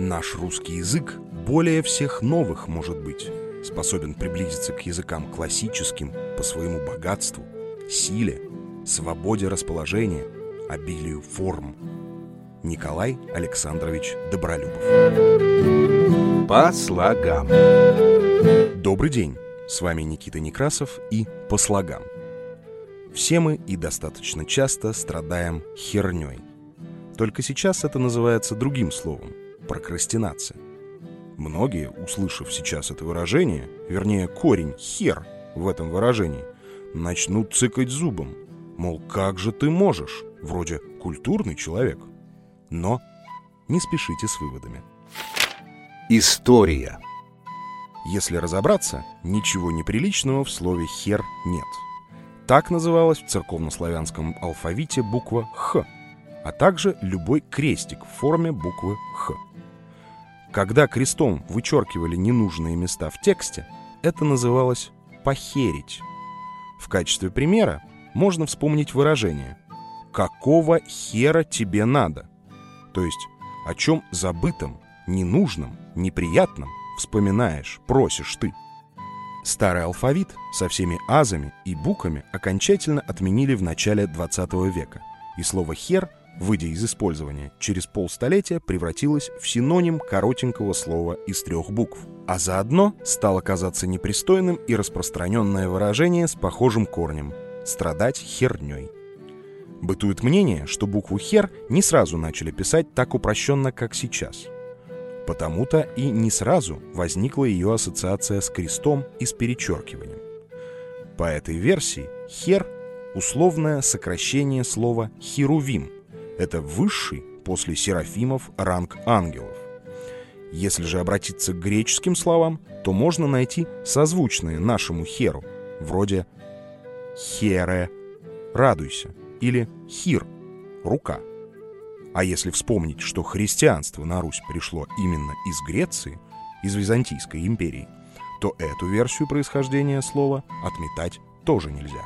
Наш русский язык более всех новых, может быть, способен приблизиться к языкам классическим по своему богатству, силе, свободе расположения, обилию форм. Николай Александрович Добролюбов. По слогам. Добрый день, с вами Никита Некрасов и «По слогам». Все мы и достаточно часто страдаем херней. Только сейчас это называется другим словом – прокрастинация. Многие, услышав сейчас это выражение, вернее корень «хер» в этом выражении, начнут цыкать зубом, мол, как же ты можешь, вроде культурный человек. Но не спешите с выводами. История. Если разобраться, ничего неприличного в слове «хер» нет. Так называлась в церковнославянском алфавите буква «Х», а также любой крестик в форме буквы «Х». Когда крестом вычеркивали ненужные места в тексте, это называлось «похерить». В качестве примера можно вспомнить выражение «какого хера тебе надо?», то есть о чем забытом, ненужном, неприятном вспоминаешь, просишь ты. Старый алфавит со всеми азами и буквами окончательно отменили в начале 20 века, и слово «хер», выйдя из использования, через полстолетия превратилось в синоним коротенького слова из 3 букв. А заодно стало казаться непристойным и распространенное выражение с похожим корнем – «страдать херней». Бытует мнение, что букву «хер» не сразу начали писать так упрощенно, как сейчас. Потому-то и не сразу возникла ее ассоциация с крестом и с перечеркиванием. По этой версии «хер» – условное сокращение слова «херувим». Это высший после серафимов ранг ангелов. Если же обратиться к греческим словам, то можно найти созвучные нашему «херу», вроде «хере» – «радуйся» или «хир» – «рука». А если вспомнить, что христианство на Русь пришло именно из Греции, из Византийской империи, то эту версию происхождения слова отметать тоже нельзя.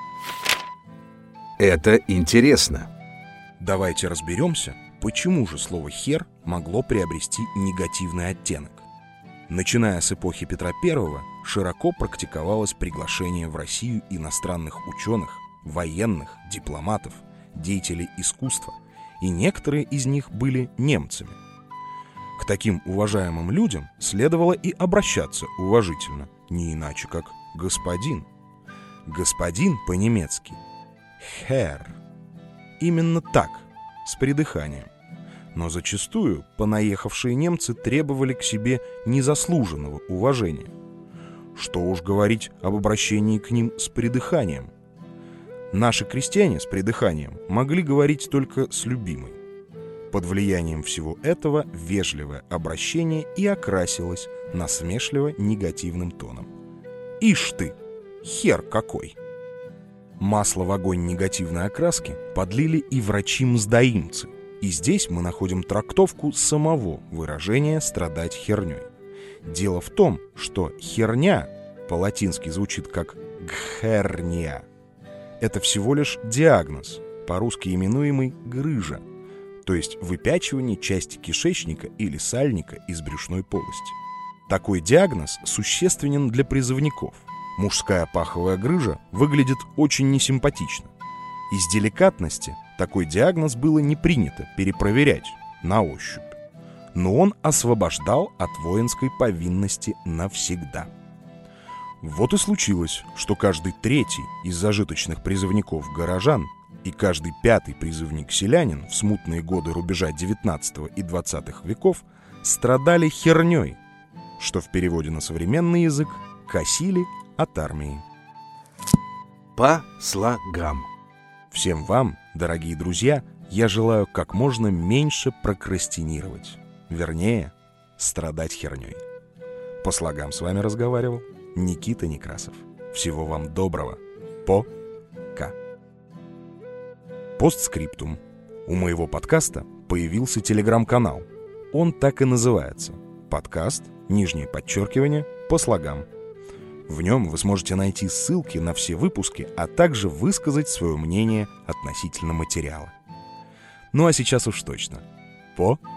Это интересно. Давайте разберемся, почему же слово «хер» могло приобрести негативный оттенок. Начиная с эпохи Петра I, широко практиковалось приглашение в Россию иностранных ученых, военных, дипломатов, деятелей искусства, и некоторые из них были немцами. К таким уважаемым людям следовало и обращаться уважительно, не иначе как «господин». «Господин» по-немецки «Herr». Именно так, с придыханием. Но зачастую понаехавшие немцы требовали к себе незаслуженного уважения. Что уж говорить об обращении к ним с придыханием. Наши крестьяне с придыханием могли говорить только с любимой. Под влиянием всего этого вежливое обращение и окрасилось насмешливо-негативным тоном. «Ишь ты, хер какой!» Масло в огонь негативной окраски подлили и врачи-мздоимцы. И здесь мы находим трактовку самого выражения «страдать херней». Дело в том, что «херня» по-латински звучит как «гхерния». Это всего лишь диагноз, по-русски именуемый «грыжа», то есть выпячивание части кишечника или сальника из брюшной полости. Такой диагноз существенен для призывников. Мужская паховая грыжа выглядит очень несимпатично. Из деликатности такой диагноз было не принято перепроверять на ощупь. Но он освобождал от воинской повинности навсегда. Вот и случилось, что каждый третий из зажиточных призывников горожан и каждый пятый призывник-селянин в смутные годы рубежа XIX и XX веков страдали херней, что в переводе на современный язык косили от армии. По слогам. Всем вам, дорогие друзья, я желаю как можно меньше прокрастинировать. Вернее, страдать херней. По слогам с вами разговаривал Никита Некрасов. Всего вам доброго. Пока. Постскриптум. У моего подкаста появился телеграм-канал. Он так и называется. Подкаст, _, по слогам. В нем вы сможете найти ссылки на все выпуски, а также высказать свое мнение относительно материала. Ну а сейчас уж точно. Пока.